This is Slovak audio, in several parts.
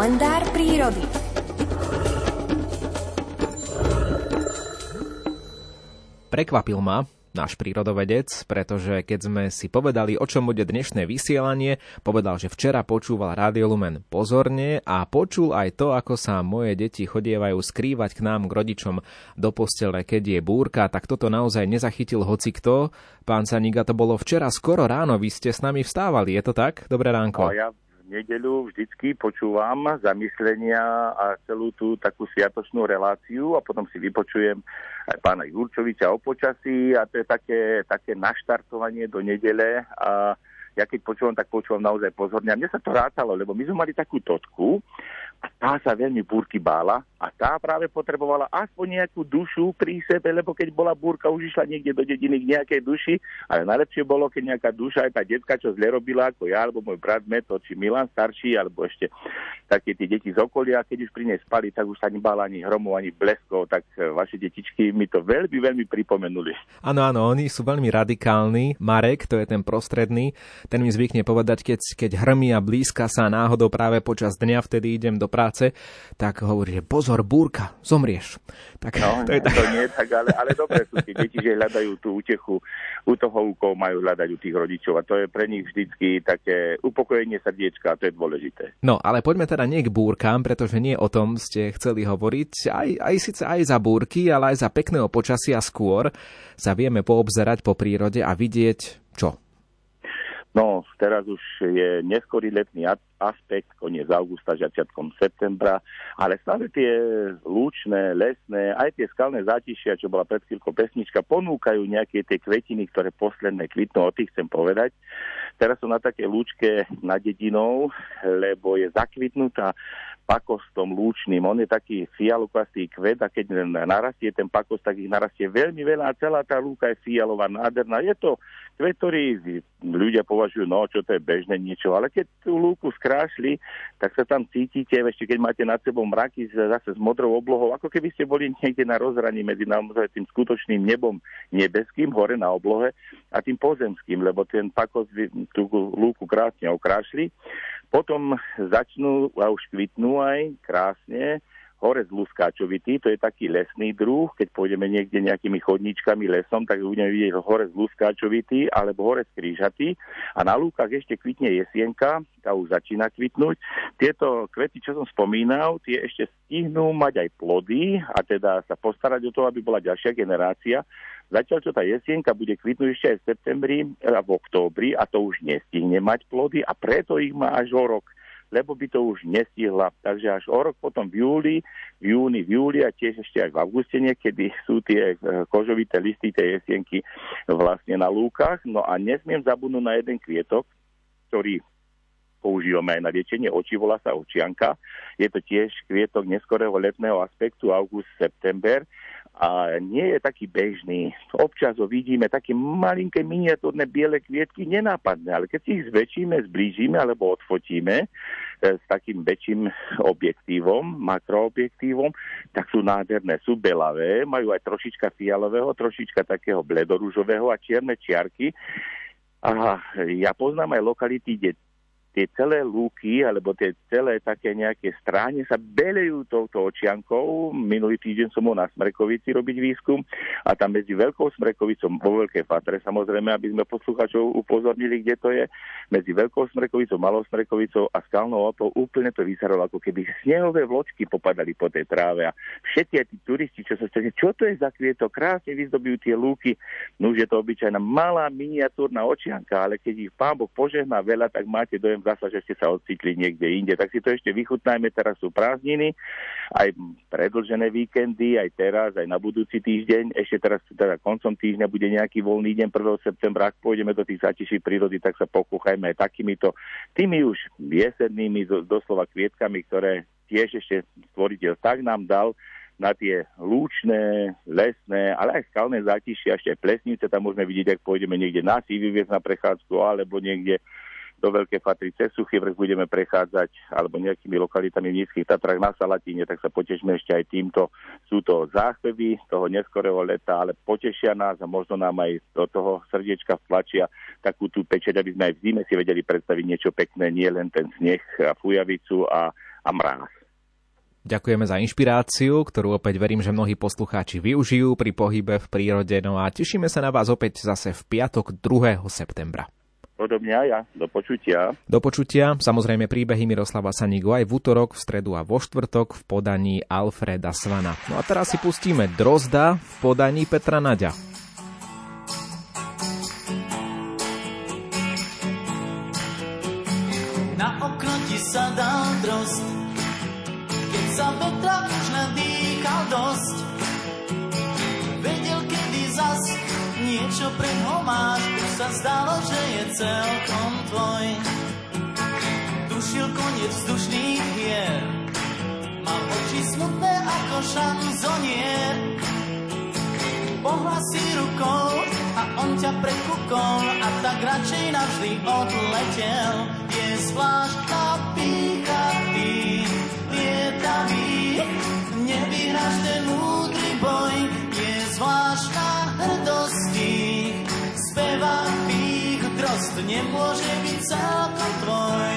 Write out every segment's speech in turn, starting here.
Kalendár prírody. Prekvapil ma náš prírodovedec, pretože keď sme si povedali, o čom bude dnešné vysielanie, povedal, že včera počúval Rádio Lumen pozorne a počul aj to, ako sa moje deti chodievajú skrývať k nám, k rodičom do postele, keď je búrka, tak toto naozaj nezachytil hocikto. Pán Saník, to bolo včera skoro ráno, vy ste s nami vstávali, je to tak? Dobré ránko. No, ja v nedeľu vždycky počúvam zamyslenia a celú tú takú sviatočnú reláciu a potom si vypočujem aj pána Jurčoviča o počasí a to je také naštartovanie do nedele a ja keď počúvam, tak počúvam naozaj pozorne. A mne sa to rátalo, lebo my sme mali takú totku a tá sa veľmi búrky bála a tá práve potrebovala aspoň nejakú dušu pri sebe, lebo keď bola búrka, už išla niekde do dediny k nejakej duši, ale najlepšie bolo, keď nejaká duša, aj tá detka, čo zle robila, ako ja, alebo môj brat Meto, či Milan starší, alebo ešte také tie deti z okolia, keď už pri nej spali, tak už sa nebála ani hromov, ani bleskov, tak vaše detičky mi to veľmi, veľmi pripomenuli. Áno, oni sú veľmi radikálni. Marek, to je ten prostredný, ten mi zvykne povedať, keď hrmí a blízka sa náhodou práve počas dňa, vtedy idem do práce, tak hovorí, že pozor, búrka, zomrieš. Tak, no, to nie je tak, ale dobre sú tie deti, že hľadajú tú útechu, u toho úkol majú hľadať u tých rodičov a to je pre nich vždycky také upokojenie srdiečka a to je dôležité. No, ale poďme teda nie k búrkám, pretože nie o tom ste chceli hovoriť, síce aj za búrky, ale aj za pekného počasia skôr sa vieme poobzerať po prírode a vidieť čo? No, teraz už je neskorý letný aspekt, koniec augusta, začiatkom septembra, ale stále tie lúčne, lesné, aj tie skalné zátišia, čo bola pred chvíľkou pesnička, ponúkajú nejaké tie kvetiny, ktoré posledné kvitnú, o tých chcem povedať. Teraz som na také lúčke nad dedinou, lebo je zakvitnutá pakostom lúčným. On je taký fialokastý kvet a keď narastie ten pakost, tak ich narastie veľmi veľa a celá tá lúka je fialová, nádherná. Je to kvet, ktorý ľudia považujú, no čo to je bežné niečo, ale keď tú lúku skrášli, tak sa tam cítite, ešte keď máte nad sebou mraky zase s modrou oblohou, ako keby ste boli niekde na rozhraní medzi naozaj tým skutočným nebom nebeským, hore na oblohe a tým pozemským, lebo ten pakos tú lúku krásne okrášli. Potom začnú a už kvitnú aj krásne horez luskáčovitý, to je taký lesný druh, keď pôjdeme niekde nejakými chodníčkami lesom, tak budeme vidieť horez luskáčovitý alebo horez krížatý a na lúkach ešte kvitne jesienka, tá už začína kvitnúť. Tieto kvety, čo som spomínal, tie ešte stihnú mať aj plody a teda sa postarať o to, aby bola ďalšia generácia. Zatiaľ, čo tá jesienka bude kvitnúť ešte aj v septembri a v októbri a to už nestihne mať plody a preto ich má až o rok, lebo by to už nestihla. Takže až o rok potom v júni a tiež ešte aj v auguste niekedy sú tie kožovité listy tej jesienky vlastne na lúkach. No a nesmiem zabudnúť na jeden kvietok, ktorý používame aj na liečenie očí, volá sa očianka. Je to tiež kvietok neskorého letného aspektu, august, september. A nie je taký bežný. Občas ho vidíme, také malinké miniatúrne biele kvietky, nenápadné, ale keď si ich zväčšíme, zblížime alebo odfotíme s takým väčším objektívom, makroobjektívom, tak sú nádherné, sú belavé, majú aj trošička fialového, trošička takého bledoružového a čierne čiarky. A ja poznám aj lokality, kde tie celé lúky, alebo tie celé také nejaké stráne sa belejú touto očiankou. Minulý týždeň som bol na Smrekovici robiť výskum a tam medzi Veľkou Smrekovicou, vo Veľkej Fatre samozrejme, aby sme poslucháčov upozornili, kde to je, medzi Veľkou Smrekovicou, Malou Smrekovicou a Skalnou Alpou úplne to vyzeralo, ako keby snehové vločky popadali po tej tráve a všetci aj tí turisti, čo sa stane, čo to je za kvietok, krásne vyzdobujú tie lúky. No už je to obyčajná malá miniatúrna očianka, ale keď ich Pán Boh požehná veľa, tak máte dojem zasa, že ste sa ocitli niekde inde. Tak si to ešte vychutnajme, teraz sú prázdniny, aj predĺžené víkendy, aj teraz, aj na budúci týždeň. Ešte teraz, teda koncom týždňa bude nejaký voľný deň 1. septembra. Ak pôjdeme do tých zátiší prírody, tak sa pokúchajme aj takýmito, tými už jesennými doslova kvietkami, ktoré tiež ešte stvoriteľ tak nám dal na tie lúčne, lesné, ale aj skalné zátišia, ešte aj plesnice tam môžeme vidieť, ak pôjdeme niekde na Sivý Viez na prechádzku, alebo niekde do Veľkej Fatry cez Suchý vrch budeme prechádzať, alebo nejakými lokalitami v Nízkych Tatrách na Salatíne, tak sa potešme ešte aj týmto. Sú to záchvevy toho neskorého leta, ale potešia nás a možno nám aj do toho srdiečka vtlačia takú tú pečeť, aby sme aj v zime si vedeli predstaviť niečo pekné, nie len ten sneh a fujavicu a a mráz. Ďakujeme za inšpiráciu, ktorú opäť verím, že mnohí poslucháči využijú pri pohybe v prírode. No a tešíme sa na vás opäť zase v piatok 2. septembra. Podobne aj ja. Do počutia. Do počutia. Samozrejme príbehy Miroslava Sanigu aj v útorok, v stredu a vo štvrtok v podaní Alfreda Svana. No a teraz si pustíme Drozda v podaní Petra Naďa. Na okno ti sa dal drozd, keď sa vetra už nadýchal dosť. Vedel, kedy zas niečo preho máš, už sa zdalo, že je celkom tvoj. Tušil koniec vzdušných hier, mal oči smutné ako šanzonier. Pohlasí rukou a on ťa prekúkol a tak radšej navždy odletel. Je zvláštna pýcha tých lietavých, nevyhráš ten múdry boj. Je zvláštna hrdosť tých spevavých, drozd nemôže byť celkom tvoj.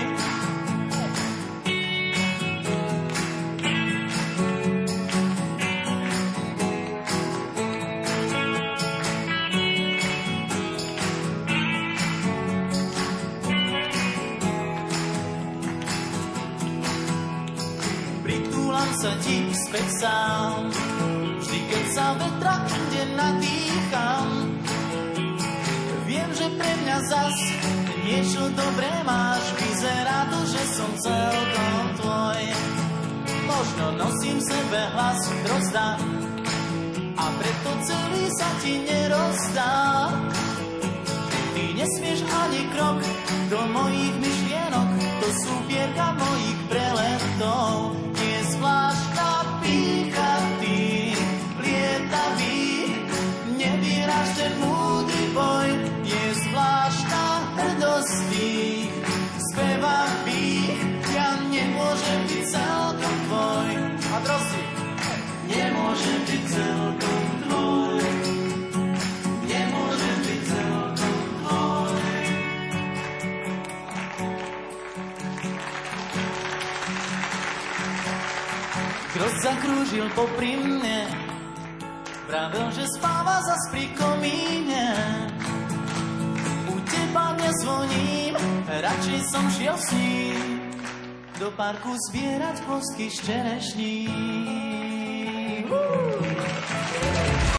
Sa ti späť sám, vždy keď sa vetra inde nadýcham. Viem, že pre mňa zas niečo dobré máš, vyzerá to, že som celkom tvoj. Možno nosím v sebe hlas drozda a preto celý sa ti nerozdá. Ty nesmieš ani krok do mojich myšlienok, to sú pierka mojich preletov. Je zvláštna pýcha tých lietavých, nevyhráš ten múdry boj. Je zvláštna hrdosť tých spevavých, ja nemôžem byť celkom tvoj. A drozdi, nemôžem byť celkom tvoj. Nemôžem byť celkom tvoj. Drozd zakrúžil popri mne, vravel, že spáva zas pri komíne. U teba nezvoním, radšej som šiel s ním do parku zbierať kôstky z čerešní.